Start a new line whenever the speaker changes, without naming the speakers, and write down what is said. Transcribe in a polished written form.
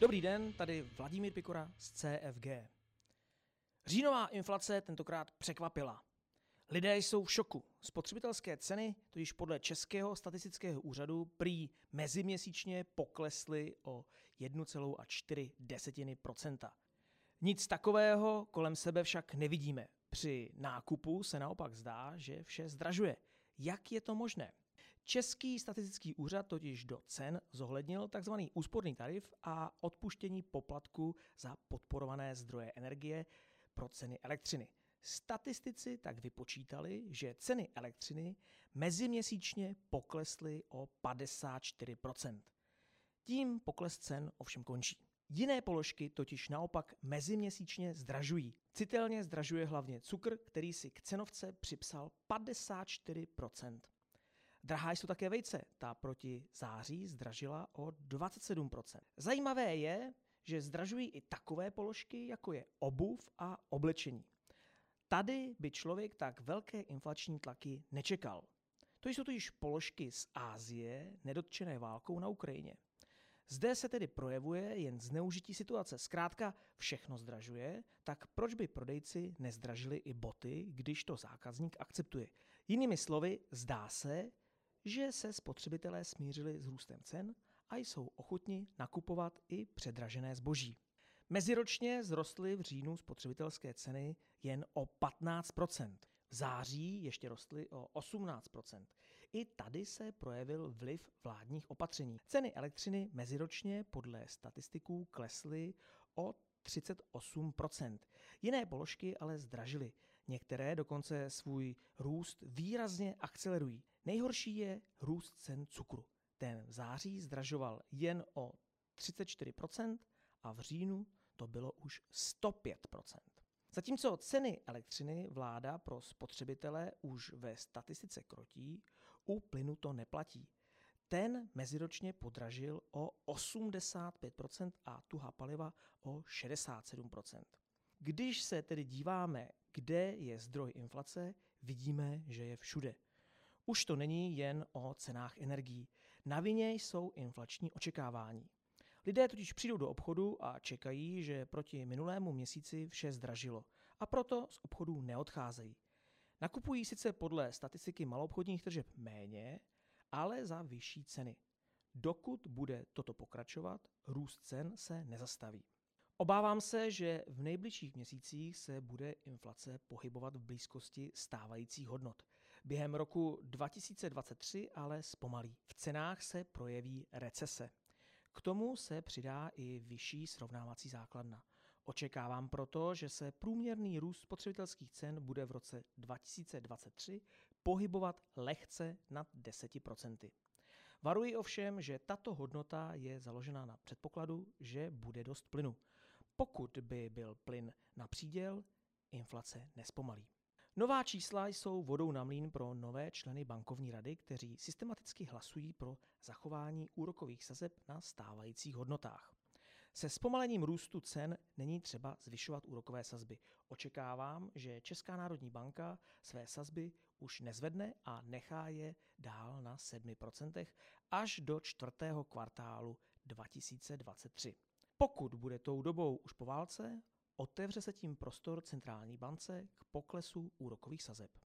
Dobrý den, tady Vladimír Pikora z CFG. Říjnová inflace tentokrát překvapila. Lidé jsou v šoku. Spotřebitelské ceny totiž podle Českého statistického úřadu prý meziměsíčně poklesly o 1,4%. Nic takového kolem sebe však nevidíme. Při nákupu se naopak zdá, že vše zdražuje. Jak je to možné? Český statistický úřad totiž do cen zohlednil tzv. Úsporný tarif a odpuštění poplatku za podporované zdroje energie pro ceny elektřiny. Statistici tak vypočítali, že ceny elektřiny meziměsíčně poklesly o 54%. Tím pokles cen ovšem končí. Jiné položky totiž naopak meziměsíčně zdražují. Citelně zdražuje hlavně cukr, který si k cenovce připsal 54%. Drahá jsou také vejce, ta proti září zdražila o 27%. Zajímavé je, že zdražují i takové položky, jako je obuv a oblečení. Tady by člověk tak velké inflační tlaky nečekal. To jsou totiž položky z Asie, nedotčené válkou na Ukrajině. Zde se tedy projevuje jen zneužití situace. Zkrátka všechno zdražuje, tak proč by prodejci nezdražili i boty, když to zákazník akceptuje? Jinými slovy, zdá se, že se spotřebitelé smířili s růstem cen a jsou ochotni nakupovat i předražené zboží. Meziročně vzrostly v říjnu spotřebitelské ceny jen o 15%. V září ještě rostly o 18%. I tady se projevil vliv vládních opatření. Ceny elektřiny meziročně podle statistiků klesly o 38%. Jiné položky ale zdražily. Některé dokonce svůj růst výrazně akcelerují. Nejhorší je růst cen cukru. Ten v září zdražoval jen o 34% a v říjnu to bylo už 105%. Zatímco ceny elektřiny vláda pro spotřebitele už ve statistice krotí, u plynu to neplatí. Ten meziročně podražil o 85% a tuhá paliva o 67%. Když se tedy díváme, kde je zdroj inflace, vidíme, že je všude. Už to není jen o cenách energií. Na vině jsou inflační očekávání. Lidé totiž přijdou do obchodu a čekají, že proti minulému měsíci vše zdražilo a proto z obchodů neodcházejí. Nakupují sice podle statistiky maloobchodních tržeb méně, ale za vyšší ceny. Dokud bude toto pokračovat, růst cen se nezastaví. Obávám se, že v nejbližších měsících se bude inflace pohybovat v blízkosti stávajících hodnot. Během roku 2023 ale zpomalí. V cenách se projeví recese. K tomu se přidá i vyšší srovnávací základna. Očekávám proto, že se průměrný růst spotřebitelských cen bude v roce 2023 pohybovat lehce nad 10%. Varuji ovšem, že tato hodnota je založena na předpokladu, že bude dost plynu. Pokud by byl plyn na příděl, inflace nespomalí. Nová čísla jsou vodou na mlýn pro nové členy bankovní rady, kteří systematicky hlasují pro zachování úrokových sazeb na stávajících hodnotách. Se zpomalením růstu cen není třeba zvyšovat úrokové sazby. Očekávám, že Česká národní banka své sazby už nezvedne a nechá je dál na 7% až do čtvrtého kvartálu 2023. Pokud bude tou dobou už po válce, otevře se tím prostor centrální bance k poklesu úrokových sazeb.